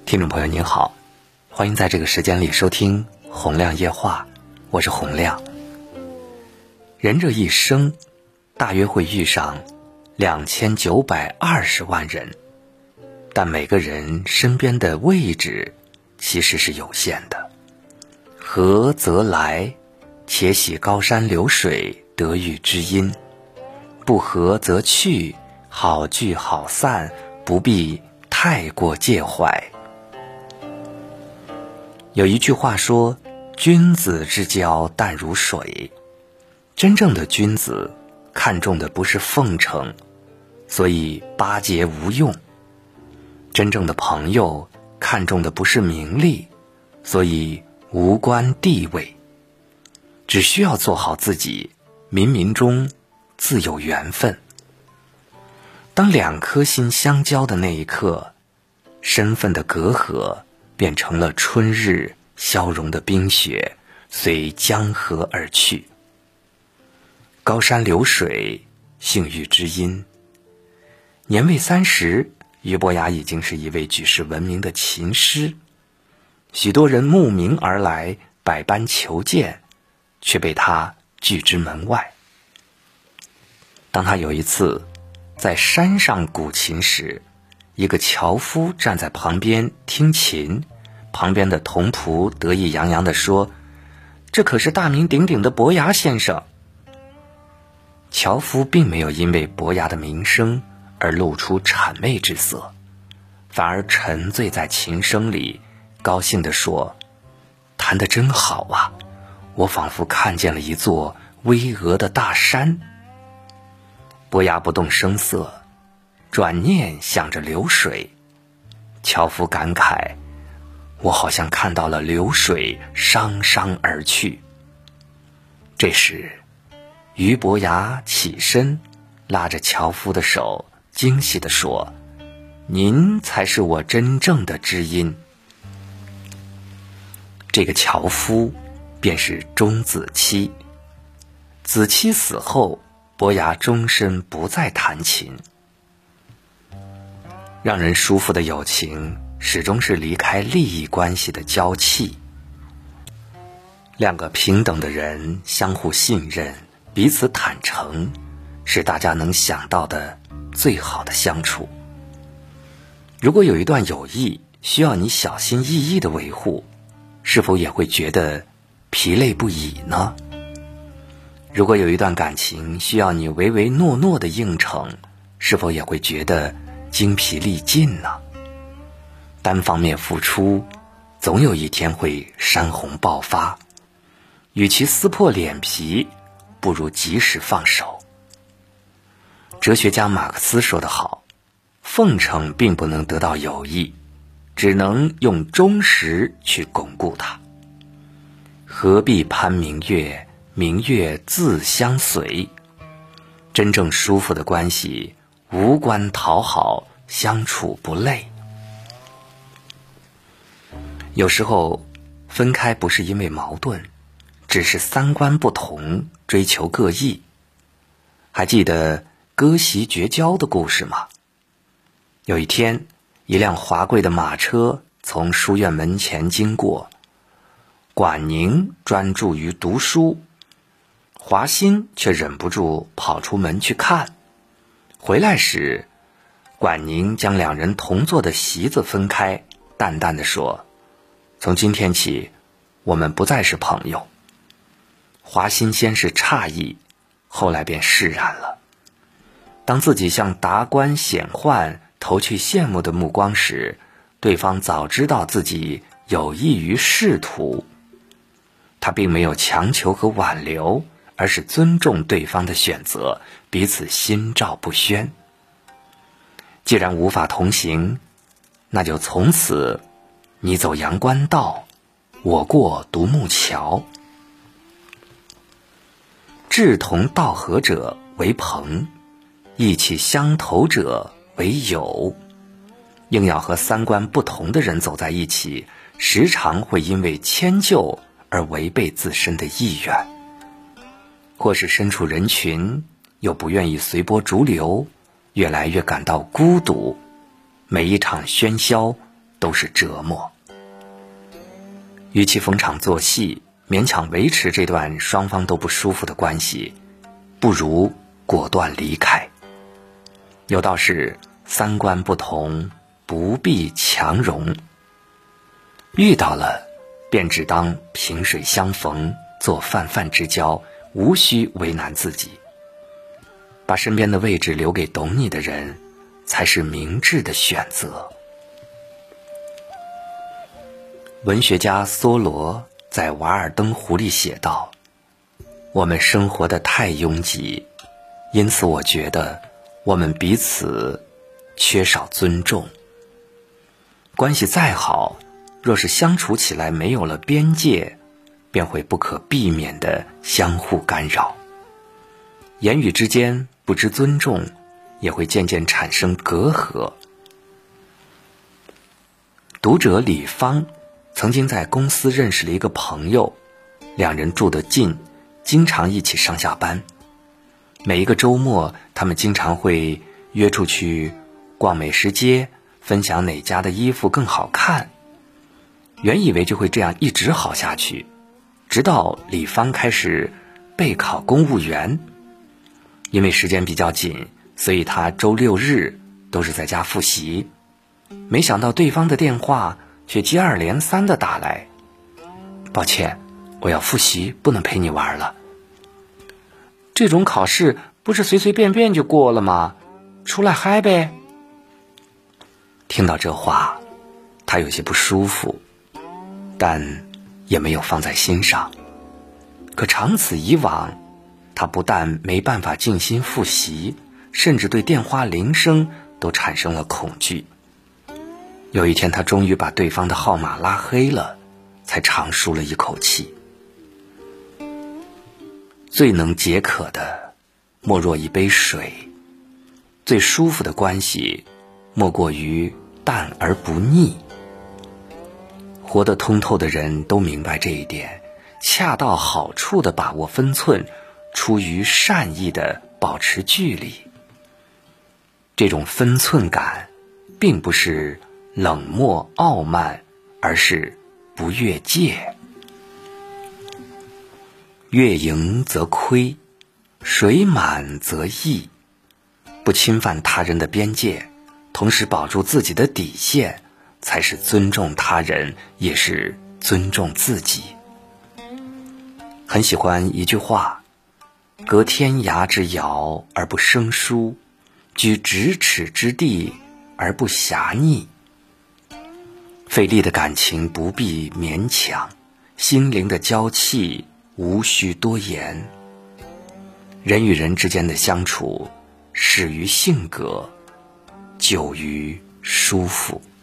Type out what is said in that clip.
听众朋友您好，欢迎在这个时间里收听洪亮夜话，我是洪亮。人这一生大约会遇上2920万人，但每个人身边的位置其实是有限的。合则来，且喜高山流水得遇知音；不合则去，好聚好散，不必太过介怀。有一句话说，君子之交淡如水。真正的君子看重的不是奉承，所以巴结无用；真正的朋友看重的不是名利，所以无关地位。只需要做好自己，冥冥中自有缘分。当两颗心相交的那一刻，身份的隔阂变成了春日消融的冰雪，随江河而去。高山流水，幸遇知音。年未30，俞伯牙已经是一位举世闻名的琴师，许多人慕名而来，百般求见，却被他拒之门外。当他有一次在山上鼓琴时，一个樵夫站在旁边听琴，旁边的童仆得意洋洋地说：“这可是大名鼎鼎的伯牙先生。”樵夫并没有因为伯牙的名声而露出谄媚之色，反而沉醉在琴声里，高兴地说：“弹得真好啊，我仿佛看见了一座巍峨的大山。”伯牙不动声色，转念想着流水。樵夫感慨：“我好像看到了流水汤汤而去。”这时俞伯牙起身，拉着樵夫的手，惊喜地说：“您才是我真正的知音。”这个樵夫便是钟子期。子期死后，伯牙终身不再弹琴。让人舒服的友情始终是离开利益关系的交契。两个平等的人相互信任，彼此坦诚，是大家能想到的最好的相处。如果有一段友谊需要你小心翼翼的维护，是否也会觉得疲累不已呢？如果有一段感情需要你唯唯诺诺的应承，是否也会觉得精疲力尽呢？单方面付出，总有一天会山洪爆发。与其撕破脸皮，不如及时放手。哲学家马克思说得好，奉承并不能得到友谊，只能用忠实去巩固它。何必攀明月，明月自相随。真正舒服的关系，无关讨好，相处不累。有时候分开不是因为矛盾，只是三观不同，追求各异。还记得割席绝交的故事吗？有一天，一辆华贵的马车从书院门前经过，管宁专注于读书，华歆却忍不住跑出门去看。回来时，管宁将两人同坐的席子分开，淡淡地说：“从今天起，我们不再是朋友。”华歆先是诧异，后来便释然了。当自己向达官显宦投去羡慕的目光时，对方早知道自己有益于仕途。他并没有强求和挽留，而是尊重对方的选择，彼此心照不宣。既然无法同行，那就从此你走阳关道，我过独木桥。志同道合者为朋，意气相投者为友。硬要和三观不同的人走在一起，时常会因为迁就而违背自身的意愿，或是身处人群又不愿意随波逐流，越来越感到孤独。每一场喧嚣都是折磨。与其逢场作戏，勉强维持这段双方都不舒服的关系，不如果断离开。有道是三观不同，不必强融。遇到了，便只当萍水相逢，做泛泛之交，无需为难自己。把身边的位置留给懂你的人，才是明智的选择。文学家梭罗在《瓦尔登湖》里写道：我们生活得太拥挤，因此我觉得我们彼此缺少尊重。关系再好，若是相处起来没有了边界，便会不可避免地相互干扰。言语之间不知尊重，也会渐渐产生隔阂。读者李芳曾经在公司认识了一个朋友，两人住得近，经常一起上下班。每一个周末，他们经常会约出去逛美食街，分享哪家的衣服更好看。原以为就会这样一直好下去，直到李芳开始备考公务员。因为时间比较紧，所以他周六日都是在家复习。没想到对方的电话却接二连三地打来，抱歉，我要复习，不能陪你玩了。这种考试不是随随便便就过了吗？出来嗨呗。听到这话，他有些不舒服，但也没有放在心上。可长此以往，他不但没办法静心复习，甚至对电话铃声都产生了恐惧。有一天，他终于把对方的号码拉黑了，才长舒了一口气。最能解渴的，莫若一杯水；最舒服的关系，莫过于淡而不腻。活得通透的人都明白这一点，恰到好处地把握分寸，出于善意地保持距离。这种分寸感并不是冷漠傲慢，而是不越界。月盈则亏，水满则溢。不侵犯他人的边界，同时保住自己的底线，才是尊重他人，也是尊重自己。很喜欢一句话：隔天涯之遥而不生疏，居咫尺之地而不狭腻。费力的感情不必勉强，心灵的交契无需多言。人与人之间的相处，始于性格，久于舒服。